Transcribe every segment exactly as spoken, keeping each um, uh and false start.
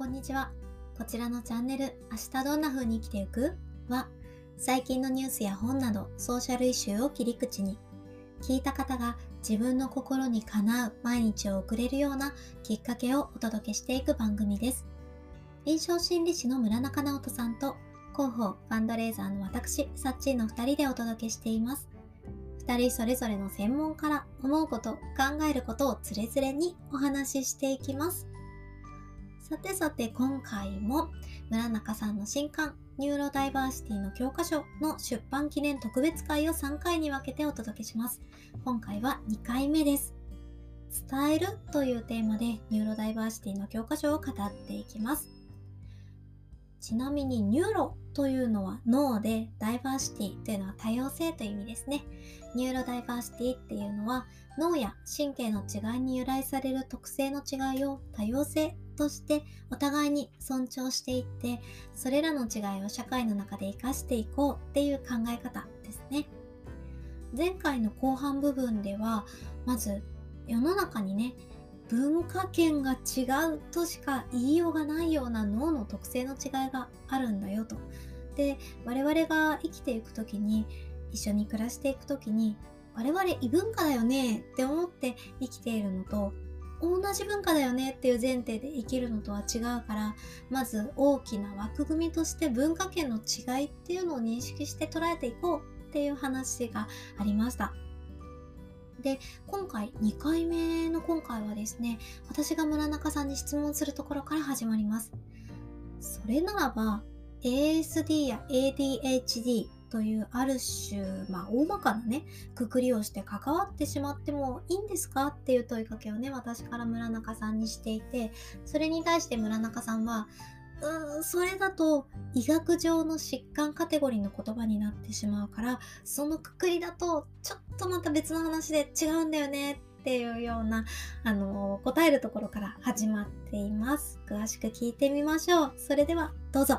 こんにちは。こちらのチャンネル、明日どんな風に生きていくは、最近のニュースや本などソーシャルイシューを切り口に、聞いた方が自分の心にかなう毎日を送れるようなきっかけをお届けしていく番組です。臨床心理士の村中直人さんと、広報ファンドレーザーの私、サッチーのふたりでお届けしています。ふたりそれぞれの専門から思うこと、考えることをつれづれにお話ししていきます。さてさて今回も村中さんの新刊ニューロダイバーシティの教科書の出版記念特別会をさんかいに分けてお届けします。今回はにかいめです。伝えるというテーマでニューロダイバーシティの教科書を語っていきます。ちなみにニューロというのは脳で、ダイバーシティというのは多様性という意味ですね。ニューロダイバーシティっていうのは脳や神経の違いに由来される特性の違いを多様性としてお互いに尊重していって、それらの違いを社会の中で生かしていこうっていう考え方ですね。前回の後半部分では、まず世の中にね、文化圏が違うとしか言いようがないような脳の特性の違いがあるんだよと。で、我々が生きていくときに、一緒に暮らしていくときに、我々異文化だよねって思って生きているのと、同じ文化だよねっていう前提で生きるのとは違うから、まず大きな枠組みとして文化圏の違いっていうのを認識して捉えていこうっていう話がありました。で、今回にかいめの今回はですね、私が村中さんに質問するところから始まります。それならば エーエスディー や エーディーエイチディー というある種、まあ大まかなね、くくりをして関わってしまってもいいんですかっていう問いかけをね、私から村中さんにしていて、それに対して村中さんは、うーん、それだと医学上の疾患カテゴリーの言葉になってしまうから、そのくくりだとちょっとまた別の話で違うんだよねっていうような、あのー、答えるところから始まっています。詳しく聞いてみましょう。それではどうぞ。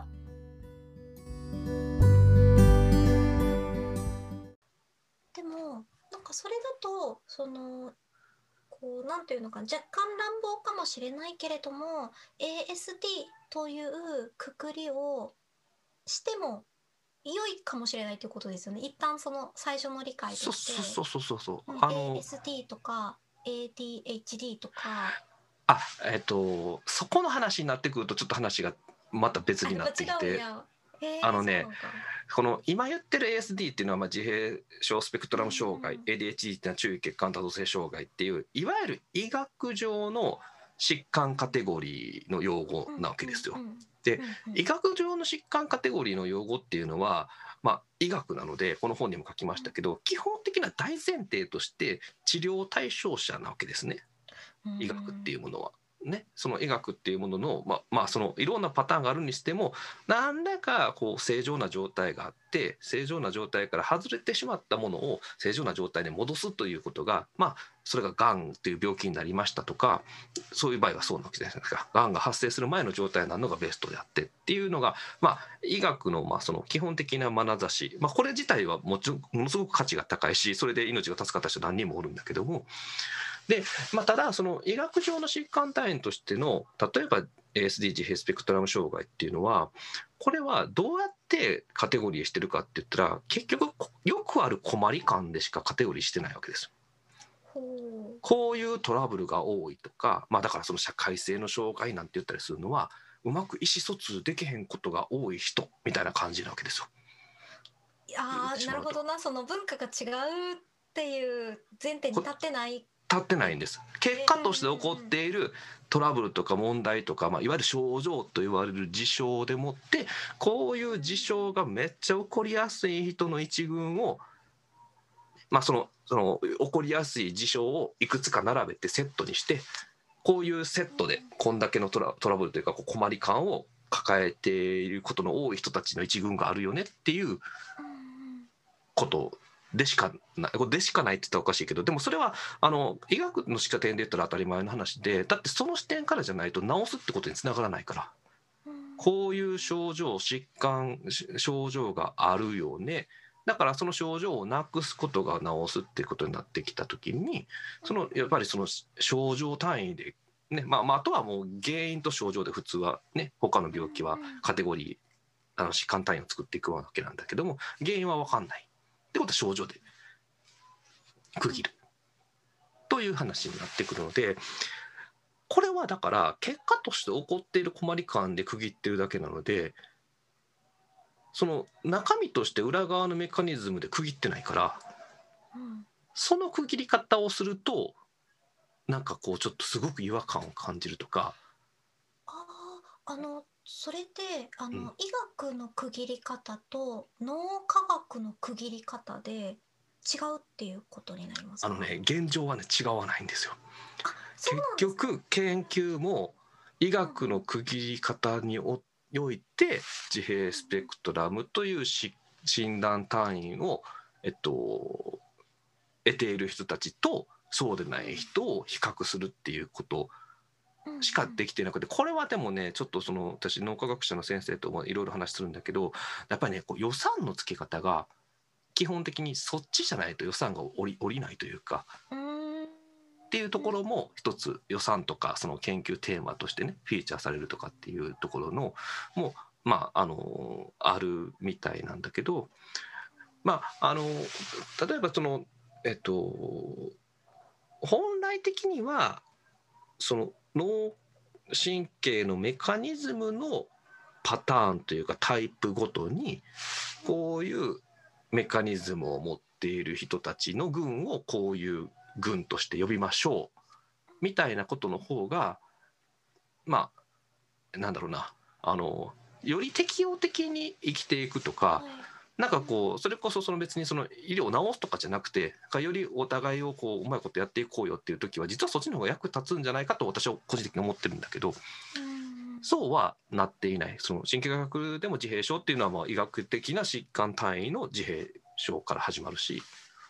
でもなんかそれだとそのこうなんていうのかな、若干乱暴かもしれないけれども エーエスディー というくくりをしても良いかもしれないということですよね。一旦その最初の理解とそうして、 そうそうそうそう、 うん、 あのエーエスディー とか エーディーエイチディー とか、 あえっとそこの話になってくるとちょっと話がまた別あ、 になやっぱ違ってきて、 うんや。えー、そうなあのねんか。 この今言ってる エーエスディー っていうのはまあ自閉症スペクトうんラム障害、 うんエーディーエイチディー っていうのは注意欠陥多動性障害っていういわゆる医学上の疾患カテゴリーの用語うんなわけですよ。 うんうんで、 うんうん医学上の疾患カテゴリーの用語っていうのは、まあ、医学なのでこの本にも書きましたけど、基本的な大前提として治療対象者なわけですね、 う医学っていうんものは。ね、その医学っていうものの、まあ、まあそのいろんなパターンがあるにしても何らかこう正常な状態があって正常な状態から外れてしまったものを正常な状態に戻すということが、まあ、それががんという病気になりましたとかそういう場合はそうなわけじゃないですか。がんが発生する前の状態になるのがベストであってっていうのが、まあ、医学のまあその基本的な眼差し、まあ、これ自体はもちろんものすごく価値が高いしそれで命が助かった人何人もおるんだけども、で、まあ、ただその医学上の疾患単位としての例えば エーエスディー 自閉スペクトラム障害っていうのはこれはどうやってカテゴリーしてるかって言ったら結局よくある困り感でしかカテゴリーしてないわけです。 ほうこういうトラブルが多いとか、まあ、だからその社会性の障害なんて言ったりするのはうまく意思疎通できへんことが多い人みたいな感じなわけですよ。言っあー、なてしまうとるほどな。その文化が違うっていう前提に立ってない。 立ってないんです。結果として起こっているトラブルとか問題とか、まあ、いわゆる症状と言われる事象でもってこういう事象がめっちゃ起こりやすい人の一群を、まあ、そのその起こりやすい事象をいくつか並べてセットにしてこういうセットでこんだけのトラ、トラブルというかこう困り感を抱えていることの多い人たちの一群があるよねっていうことでしかない、でしかないって言ったらおかしいけど、でもそれはあの医学の視点で言ったら当たり前の話で、だってその視点からじゃないと治すってことにつながらないから、こういう症状、疾患、症状があるよね。だからその症状をなくすことが治すっていうことになってきたときに、そのやっぱりその症状単位でね、まあ、まああとはもう原因と症状で普通はね他の病気はカテゴリーあの疾患単位を作っていくわけなんだけども、原因は分かんないってことは症状で区切るという話になってくるので、これはだから結果として起こっている困り感で区切ってるだけなので、その中身として裏側のメカニズムで区切ってないから、 うん、 その区切り方をするとなんかこうちょっとすごく違和感を感じるとか。 ああ、あの、それで、あうん、 の、医学の区切り方と脳科学の区切り方で違うっていうことになりますか？ あのね現状はね違わないんですよ。 あ、そう結なんです。 局研究も医うんうん学の区切り方において自閉スペクトラムというし診断単位を、えっと、得ている人たちとそうでない人を比較するっていうことうんうんしかできてなくて、これはでもねちょっとその私脳科学者の先生ともいろいろ話するんだけど、やっぱりねこう予算の付け方が基本的にそっちじゃないと予算が下り下りないというか。 うーん。 っていうところも一つ予算とかその研究テーマとしてねフィーチャーされるとかっていうところのもうまああのあるみたいなんだけど、まああの例えばそのえっと本来的にはその脳神経のメカニズムのパターンというかタイプごとにこういうメカニズムを持っている人たちの群をこういう群として呼びましょうみたいなことの方がまあなんだろうなあのより適応的に生きていくとか、 はい。 なんかこうそれこそその別にその医療を治すとかじゃなくて、よりお互いをこううまいことやっていこうよっていう時は実はそっちの方が役立つんじゃないかと私は個人的に思ってるんだけど、 うん。 そうはなっていない。その神経科学でも自閉症っていうのはまあ医学的な疾患単位の自閉症から始まるし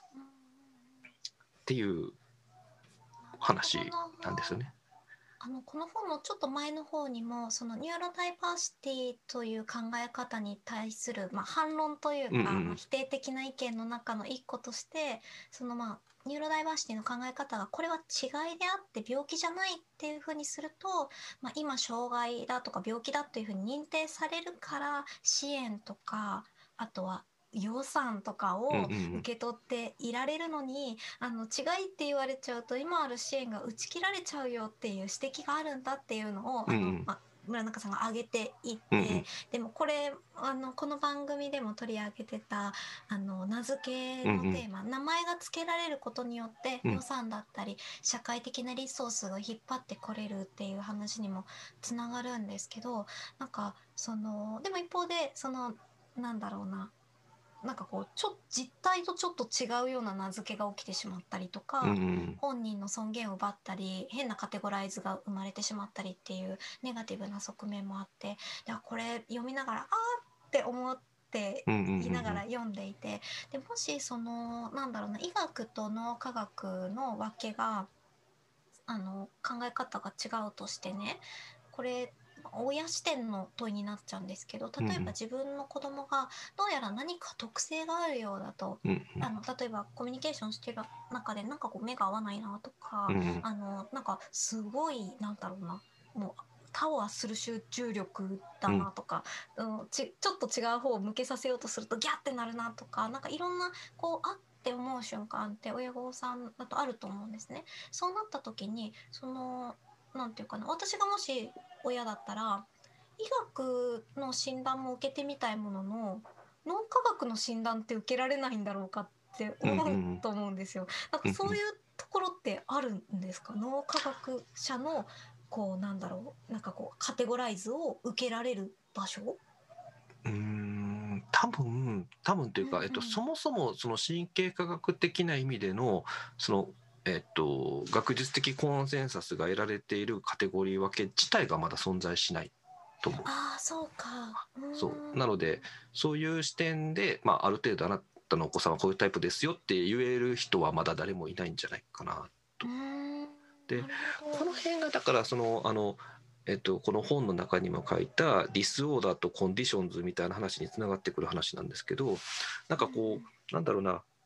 っていうなるほ話どな。 なんですよね。 あのこの本のちょっと前の方にもそのニューロダイバーシティという考え方に対する、まあ、反論というか、まあ、 うんうん否定的な意見の中の一個としてそのまあニューロダイバーシティの考え方がこれは違いであって病気じゃないっていうふうにすると、まあ、今障害だとか病気だっていうふうに認定されるから支援とかあとは予算とかうんうをん受け取っていられるのにあの違いって言われちゃうと今ある支援が打ち切られちゃうよっていう指摘があるんだっていうのをあの、 うんうんまあ、村中さんが挙げていって、 うんうんでもこれあのこの番組でも取り上げてたあの名付けうんうんのテーマ、名前が付けられることによってうん予算だったり社会的なリソースが引っ張ってこれるっていう話にもつながるんですけど、なんかそのでも一方でそのなんだろうななんかこうちょ実態とちょっと違うような名付けが起きてしまったりとうんうか、 ん本人の尊厳を奪ったり変なカテゴライズが生まれてしまったりっていうネガティブな側面もあって、でこれ読みながらあーって思ってうんうんうんいながら読んでいて、でもしそのなんだろうな医学と脳科学の分けがあの考え方が違うとしてね、これ親視点の問いになっちゃうんですけど、 うんう例えばん自分の子供がどうやら何か特性があるようだと、 うんあの例えばコミュニケーションしてる中でなんかこう目が合わないなとか、 うんうんあのなんかすごいなんだろうなもうタワーする集中力だなとか、うん、ちちょっと違う方を向けさせようとするとギャッてなるなとか、なんかいろんなこうあって思う瞬間って親御さんだとあると思うんですね。そうなった時にそのなんていうかな、私がもし親だったら医学の診断も受けてみたいものの脳科学の診断って受けられないんだろうかってうんうんう思うんと思うんですよ。なんかうんそういうところってあるんですか？脳科学者のこうなんだろうなんかこうカテゴライズを受けられる場所？ うーん多分多分というか、 うんうんえっと、そもそもその神経科学的な意味でのその、えっと、学術的コンセンサスが得られているカテゴリー分け自体がまだ存在しないと思う。 ああそうか。うーそうん。 なのでそういう視点で、まあ、ある程度あなたのお子さんはこういうタイプですよって言える人はまだ誰もいないんじゃないかなと。 うーん。 でなるほど。 この辺がだからそのあの、えっと、この本の中にも書いたディスオーダーとコンディションズみたいな話につながってくる話なんですけど、なんかこうなんだろうな、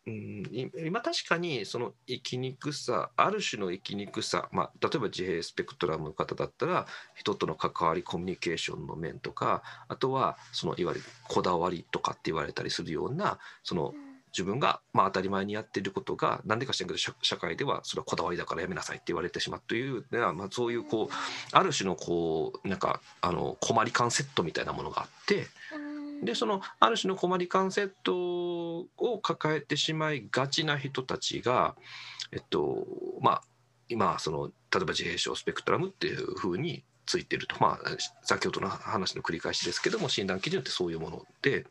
うん、い今確かにその生きにくさ、ある種の生きにくさ、まあ、例えば自閉スペクトラムの方だったら人との関わりコミュニケーションの面とか、あとはそのいわゆるこだわりとかって言われたりするような、その自分がまあ当たり前にやっていることが何でか知らんけど社社会ではそれはこだわりだからやめなさいって言われてしまうというのは、まあ、そういうこうある種のこうなんかあの困り感セットみたいなものがあって。でそのある種の困り感セットを抱えてしまいがちな人たちが、えっとまあ、今その例えば自閉症スペクトラムっていうふうについてると、まあ、先ほどの話の繰り返しですけども診断基準ってそういうもので、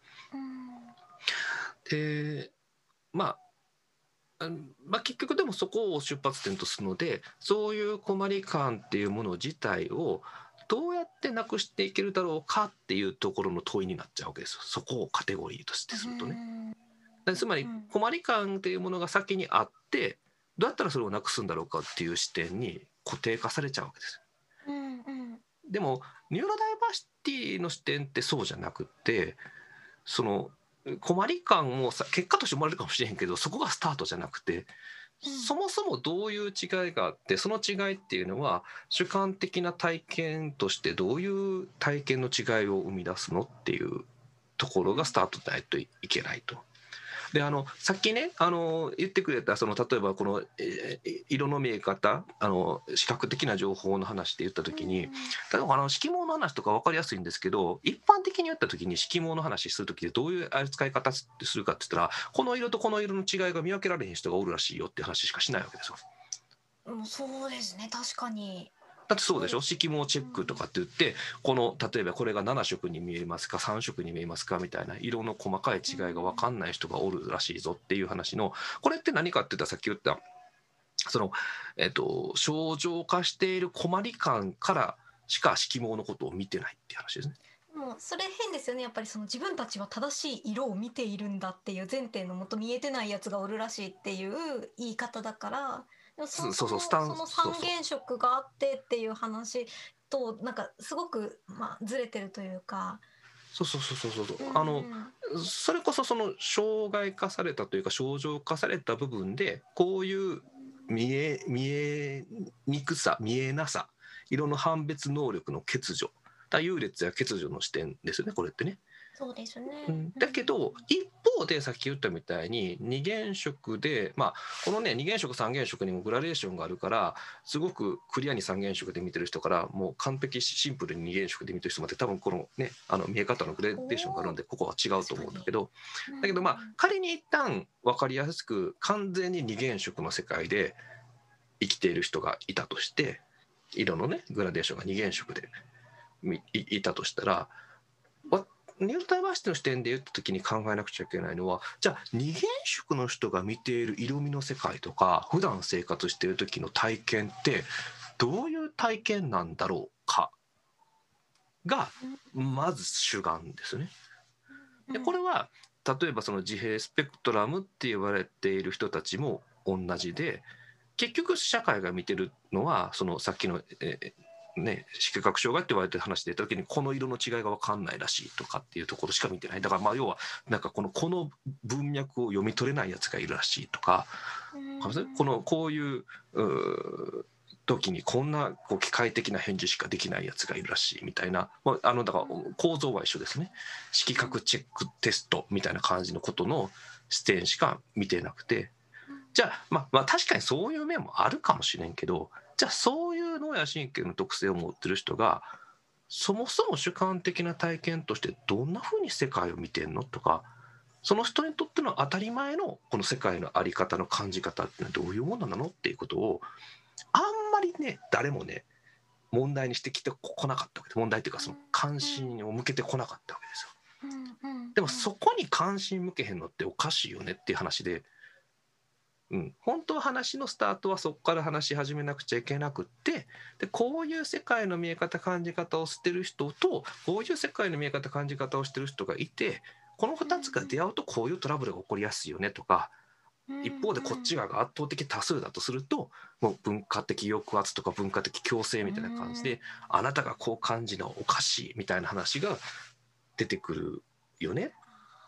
でまあまあ、結局でもそこを出発点とするのでそういう困り感っていうもの自体をどうやってなくしていけるだろうかっていうところの問いになっちゃうわけですよ。そこをカテゴリーとしてするとね。つまり困り感っていうものが先にあってどうやったらそれをなくすんだろうかっていう視点に固定化されちゃうわけです。でもニューロダイバーシティの視点ってそうじゃなくってその困り感もさ結果として生まれるかもしれへんけどそこがスタートじゃなくてそもそもどういう違いがあってその違いっていうのは主観的な体験としてどういう体験の違いを生み出すのっていうところがスタートでないといけないと。であのさっきねあの言ってくれたその例えばこの、えー色の見え方あの視覚的な情報の話で言った時に例えばあの色盲の話とか分かりやすいんですけど一般的に言った時に色盲の話する時でどういう扱い方するかって言ったらこの色とこの色の違いが見分けられへん人がおるらしいよって話しかしないわけですよ。 うん、そうですね、確かに。 だってそうでしょ色盲チェックとかって言ってこの例えばこれがなな色に見えますかさん色に見えますかみたいな色の細かい違いが分かんない人がおるらしいぞっていう話のこれって何かって言ったらさっき言ったその、えっと、症状化している困り感からしか色盲のことを見てないっていう話ですね。 もうそれ変ですよね。やっぱりその自分たちは正しい色を見ているんだっていう前提のもと見えてないやつがおるらしいっていう言い方だから、でもそもそもそうそうスタンそのそうそう三原色があってっていう話となんかすごくまあずれてるというか。 そうそうそうそうそううんあのそれこそその障害化されたというか症状化された部分でこういう見え見えにくさ見えなさ色の判別能力の欠如だ優劣や欠如の視点ですよねこれってね。 そうですね。 うん、だけど一方でさっき言ったみたいに二原色で、まあ、このね二原色三原色にもグラデーションがあるからすごくクリアに三原色で見てる人からもう完璧シンプルに二原色で見てる人まで多分このねあの見え方のグラデーションがあるんでここは違うと思うんだけどだけどまあ仮に一旦分かりやすく完全に二原色の世界で生きている人がいたとして色のねグラデーションが二原色で い, いたとしたらニューロダイバーシティの視点で言った時に考えなくちゃいけないのはじゃあ二原色の人が見ている色味の世界とか普段生活している時の体験ってどういう体験なんだろうかがまず主眼ですね。でこれは例えばその自閉スペクトラムって言われている人たちも同じで結局社会が見てるのはそのさっきの、えーね、視覚障害って言われてる話で言った時にこの色の違いが分かんないらしいとかっていうところしか見てないだからまあ要はなんかこのこの文脈を読み取れないやつがいるらしいとかこのこういうう時にこんなこう機械的な返事しかできないやつがいるらしいみたいなあのだから構造は一緒ですね。色覚チェックテストみたいな感じのことの視点しか見てなくてじゃあまあまあ確かにそういう面もあるかもしれんけどじゃあそういう脳や神経の特性を持ってる人がそもそも主観的な体験としてどんなふうに世界を見てんのとかその人にとっての当たり前のこの世界の在り方の感じ方ってのはどういうものなのっていうことをあんまりね誰もね問題にしてきてこなかったわけで問題っていうかその関心を向けてこなかったわけですよ。でもそこに関心向けへんのっておかしいよねっていう話で。うん、本当は話のスタートはそこから話し始めなくちゃいけなくってでこういう世界の見え方感じ方をしてる人とこういう世界の見え方感じ方をしてる人がいてこのふたつが出会うとこういうトラブルが起こりやすいよねとか一方でこっち側が圧倒的多数だとするともう文化的抑圧とか文化的強制みたいな感じであなたがこう感じるのはおかしいみたいな話が出てくるよね。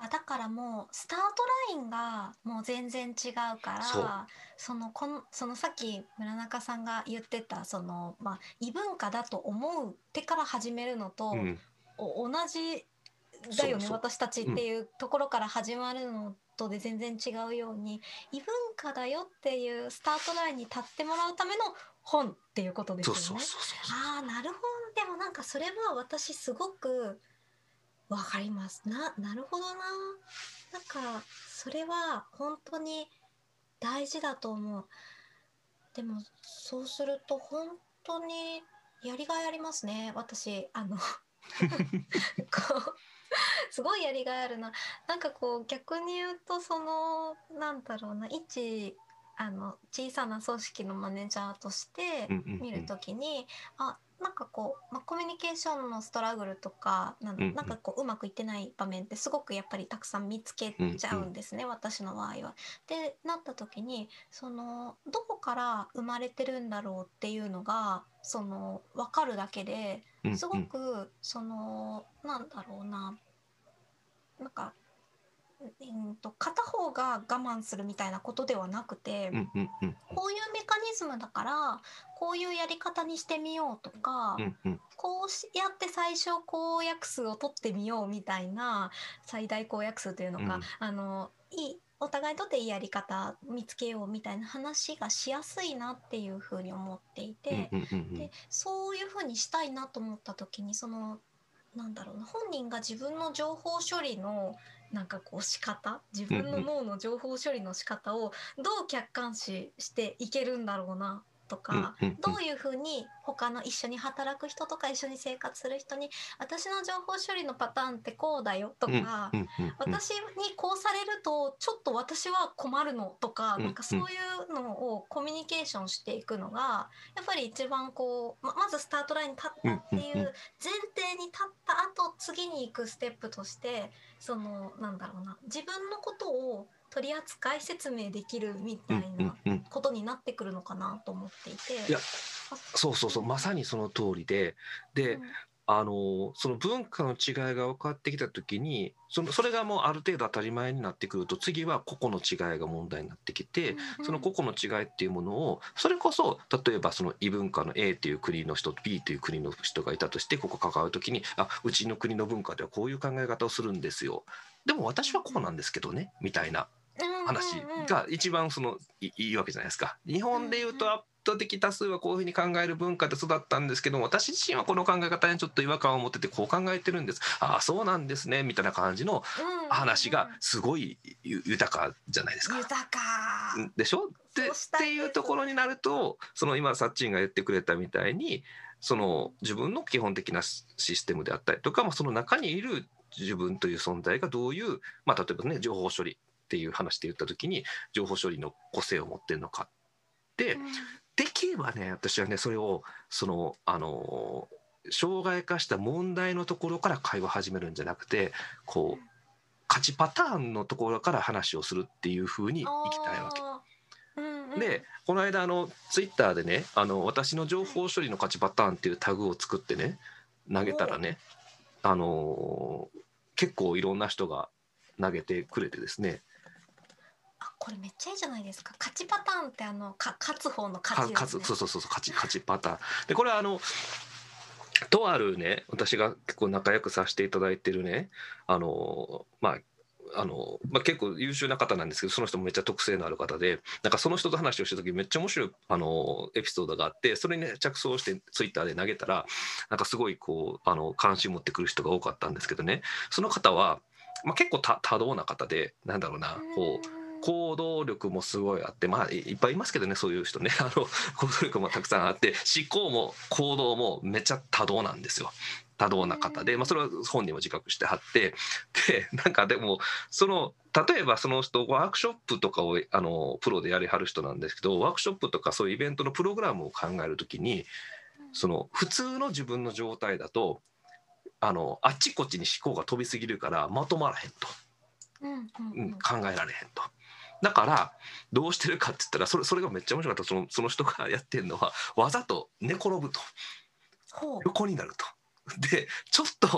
あだからもうスタートラインがもう全然違うかそうら、そのこのそのさっき村中さんが言ってたその、まあ、異文化だと思ってから始めるのと、 うんお同じだよねそうそう私たちっていうところから始まるのとで全然違うように、異文化だよっていうスタートラインに立ってもらうための本っていうことでそうそうすよね。 そうそうああなるほど。でもなんかそれは私すごくわかります。な、なるほどな。なんかそれは本当に大事だと思う。でもそうすると本当にやりがいありますね。私あのこうすごいやりがいあるな。なんかこう逆に言うとそのなんだろうな、一あの小さな組織のマネージャーとしてうんうん見るときに、あなんかこう、まあ、コミュニケーションのストラグルとかなんだ、 うんうんなんかこううまくいってない場面ってすごくやっぱりたくさん見つけうんちゃうんですね、私の場合は。でなった時にそのどこから生まれてるんだろうっていうのがその分かるだけですごうんうんくそのなんだろうな、なんか、うんと、片方が我慢するみたいなことではなくて、 うんうんうんこういうメカニズムだからこういうやり方にしてみようとか、 うんうんこうやって最小公約数を取ってみようみたいな、最大公約数というのか、 うんあのいいお互いにとっていいやり方見つけようみたいな話がしやすいなっていうふうに思っていて、 うんうんうんでそういうふうにしたいなと思った時にそのなんだろうな、本人が自分の情報処理のなんかこう仕方、自分の脳の情報処理の仕方をどう客観視していけるんだろうなとか、 うんうんどういうふうに他の一緒に働く人とか一緒に生活する人に私の情報処理のパターンってこうだよとうんか、 うんうん私にこうされるとちょっと私は困るのとか、 うんなんかそういうのをコミュニケーションしていくのがやっぱり一番こう ま, まずスタートラインに立ったっていう前提に立った後、次に行くステップとしてそのなんだろうな、自分のことを取り扱い説明できるみたいなことになってくるのかなと思っていて。 いやそうそうそうまさにその通りでで、 うんあのその文化の違いが分かってきた時にそのそれがもうある程度当たり前になってくると次は個々の違いが問題になってきて、 うんその個々の違いっていうものをそれこそ例えばその異文化の A という国の人と B という国の人がいたとしてここ関わる時にあうちの国の文化ではこういう考え方をするんですよでも私はこうなんですけどねみたいな話が一番そのいいいわけじゃないですか。日本でいうと圧倒的多数はこういうふうに考える文化で育ったんですけども私自身はこの考え方にちょっと違和感を持っててこう考えてるんですああそうなんですねみたいな感じの話がすごい豊かじゃないですか。 豊かでしょでっていうところになるとその今サッチンが言ってくれたみたいにその自分の基本的なシステムであったりとか、まあ、その中にいる自分という存在がどういう、まあ、例えばね情報処理っていう話で言った時に情報処理の個性を持ってるのかってできればね私はねそれをそのあの障害化した問題のところから会話始めるんじゃなくてこう勝ちパターンのところから話をするっていう風にいきたいわけ。 うんうん、 でこの間あのツイッターでねあの私の情報処理の勝ちパターンっていうタグを作ってね投げたらねあの結構いろんな人が投げてくれてですね。 あこれめっちゃいいじゃないですか。勝ちパターンってあのか勝つ方の勝ちですね。 そうそうそうそう勝ち勝ちパターンでこれはあのとあるね私が結構仲良くさせていただいてるねあのまああのまあ、結構優秀な方なんですけどその人もめっちゃ特性のある方でなんかその人と話をした時めっちゃ面白いあのエピソードがあってそれに、ね、着想してツイッターで投げたらなんかすごいこうあの関心を持ってくる人が多かったんですけどねその方は、まあ、結構多多動な方でなんだろうなこう行動力もすごいあってまあいっぱいいますけどねそういう人ねあの行動力もたくさんあって思考も行動もめっちゃ多動なんですよ。多動な方で、まあ、それは本人も自覚してはってでなんかでもその例えばその人ワークショップとかをあのプロでやりはる人なんですけどワークショップとかそういうイベントのプログラムを考えるときにその普通の自分の状態だとあのあっちこっちに思考が飛びすぎるからまとまらへんと、 うんうんうん、考えられへんと。だからどうしてるかって言ったらそれ、それがめっちゃ面白かったその、その人がやってるのはわざと寝転ぶと横になると。でちょっと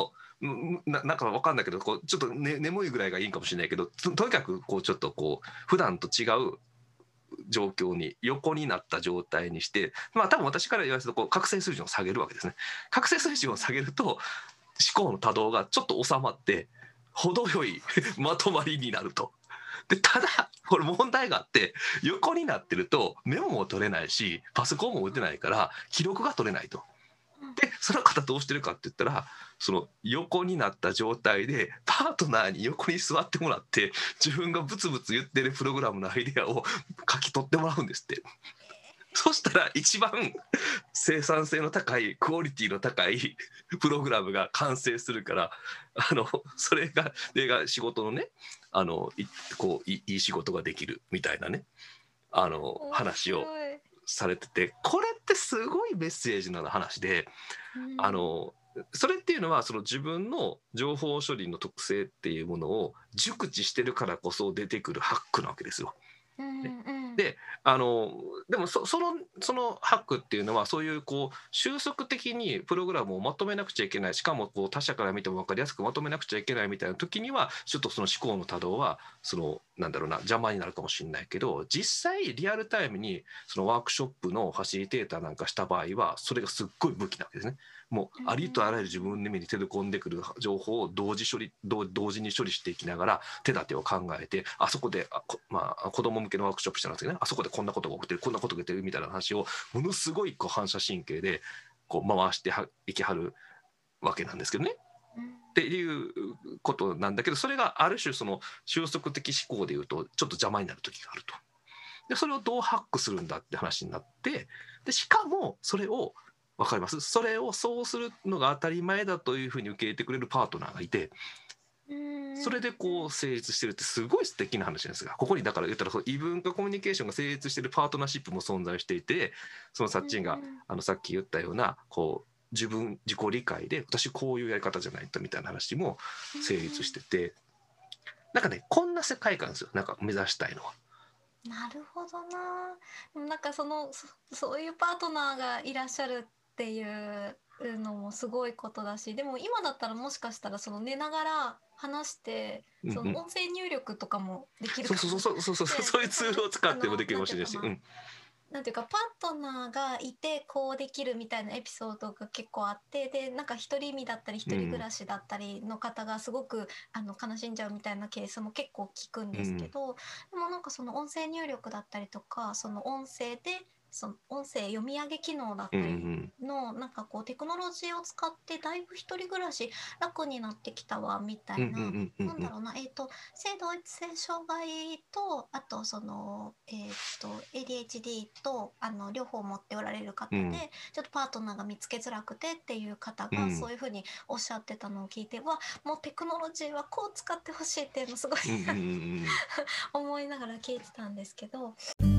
うんななんかわかんないけどこうちょっと、ね、眠いぐらいがいいかもしれないけど と, とにかくこうちょっとこう普段と違う状況に横になった状態にして、まあ多分私から言わせるとこう覚醒水準を下げるわけですね。覚醒水準を下げると思考の多動がちょっと収まって程よいまとまりになると。でただこれ問題があって横になってるとメモも取れないしパソコンも打てないから記録が取れないと。でその方どうしてるかって言ったらその横になった状態でパートナーに横に座ってもらって自分がブツブツ言ってるプログラムのアイデアを書き取ってもらうんですって。そしたら一番生産性の高いクオリティの高いプログラムが完成するからあのそれがでが仕事のねあのいこういいい仕事ができるみたいなねあの話をされててこれってすごいメッセージの話であのそれっていうのはその自分の情報処理の特性っていうものを熟知してるからこそ出てくるハックなわけですよ。であのでも そ, そのそのハックっていうのはそういうこう収束的にプログラムをまとめなくちゃいけないしかもこう他者から見ても分かりやすくまとめなくちゃいけないみたいな時にはちょっとその思考の多動はそのなんだろうな邪魔になるかもしれないけど実際リアルタイムにそのワークショップのファシリテーターなんかした場合はそれがすっごい武器なわけですね。もうありとあらゆる自分の目に手で込んでくる情報を同時処理同同時に処理していきながら手立てを考えてあそこであこ、まあ、子供向けのワークショップしたんですけどねあそこでこんなことが起きてるこんなことが起きてるみたいな話をものすごいこう反射神経でこう回していきはるわけなんですけどね。っていうことなんだけどそれがある種その収束的思考でいうとちょっと邪魔になる時があると。でそれをどうハックするんだって話になってでしかもそれをわかりますそれをそうするのが当たり前だというふうに受け入れてくれるパートナーがいてそれでこう成立してるってすごい素敵な話なんですがここにだから言ったらその異文化コミュニケーションが成立してるパートナーシップも存在していてそのさっちんがあのさっき言ったようなこう自分自己理解で私こういうやり方じゃないとみたいな話も成立しててなんかねこんな世界観ですよなんか目指したいのは。 なるほどな。でもなんかその そ, そういうパートナーがいらっしゃるっていうのもすごいことだしでも今だったらもしかしたらその寝ながら話してその音声入力とかもできるかも、 うんうん、そうそうそうそうそうそういうツールを使ってもできるかもしれないし。 なんていうかパートナーがいてこうできるみたいなエピソードが結構あってでなんか一人身だったり一人暮らしだったりの方がすごく、うん、あの悲しんじゃうみたいなケースも結構聞くんですけど、うん、でもなんかその音声入力だったりとかその音声でその音声読み上げ機能だったりのなんかこうテクノロジーを使ってだいぶ一人暮らし楽になってきたわみたいな、なんだろうな、えーと性同一性障害とあとその、えー、と エーディーエイチディー とあの両方持っておられる方で、うん、ちょっとパートナーが見つけづらくてっていう方がそういうふうにおっしゃってたのを聞いて、うん、わもうテクノロジーはこう使ってほしいっていうのすごい思いながら聞いてたんですけど。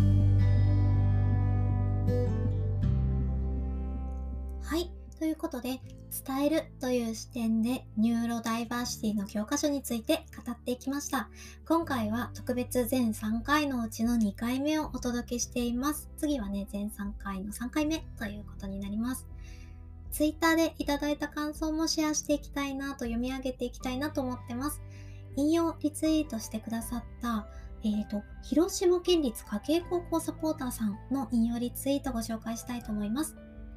はい、ということで伝えるという視点でニューロダイバーシティの教科書について語っていきました。今回は特別全さんかいのうちのにかいめをお届けしています。次はね全さんかいのさんかいめということになります。ツイッターでいただいた感想もシェアしていきたいなと読み上げていきたいなと思ってます。引用リツイートしてくださったえーと広島県立家計高校サポーターさんの引用リツイートをご紹介したいと思います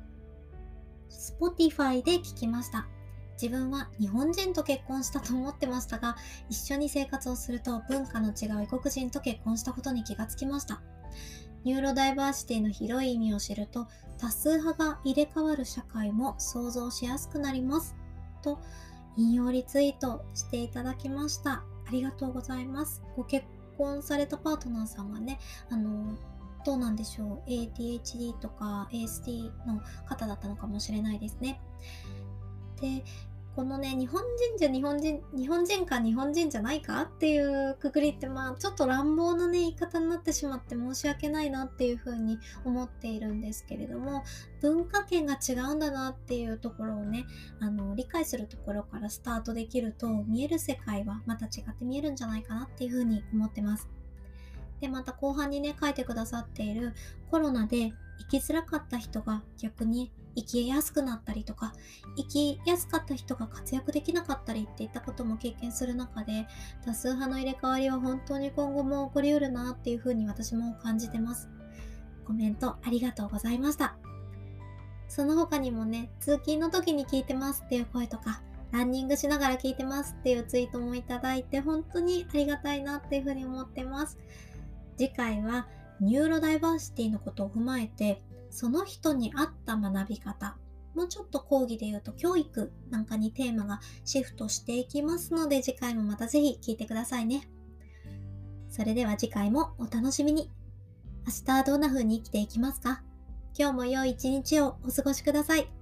。Spotify で聞きました。自分は日本人と結婚したと思ってましたが、一緒に生活をすると文化の違う異国人と結婚したことに気がつきました。ニューロダイバーシティの広い意味を知ると、多数派が入れ替わる社会も想像しやすくなります。と、引用リツイートしていただきました。ありがとうございます。ご結婚されたパートナーさんがね、あの、どうなんでしょう エーディーエイチディー とか エーエスディー の方だったのかもしれないですね。で、このね、日本人じゃ日本人、日本人か日本人じゃないかっていうくくりってまあちょっと乱暴なね言い方になってしまって申し訳ないなっていうふうに思っているんですけれども、文化圏が違うんだなっていうところをね、あの理解するところからスタートできると見える世界はまた違って見えるんじゃないかなっていうふうに思ってます。で、また後半にね書いてくださっているコロナで生きづらかった人が逆に生きやすくなったりとか、生きやすかった人が活躍できなかったりっていったことも経験する中で、多数派の入れ替わりは本当に今後も起こりうるなっていうふうに私も感じてます。コメントありがとうございました。その他にもね、通勤の時に聞いてますっていう声とか、ランニングしながら聞いてますっていうツイートもいただいて、本当にありがたいなっていうふうに思ってます。次回はニューロダイバーシティのことを踏まえて、その人に合った学び方、もうちょっと講義で言うと教育なんかにテーマがシフトしていきますので、次回もまたぜひ聞いてくださいね。それでは次回もお楽しみに。明日はどんな風に生きていきますか？今日も良い一日をお過ごしください。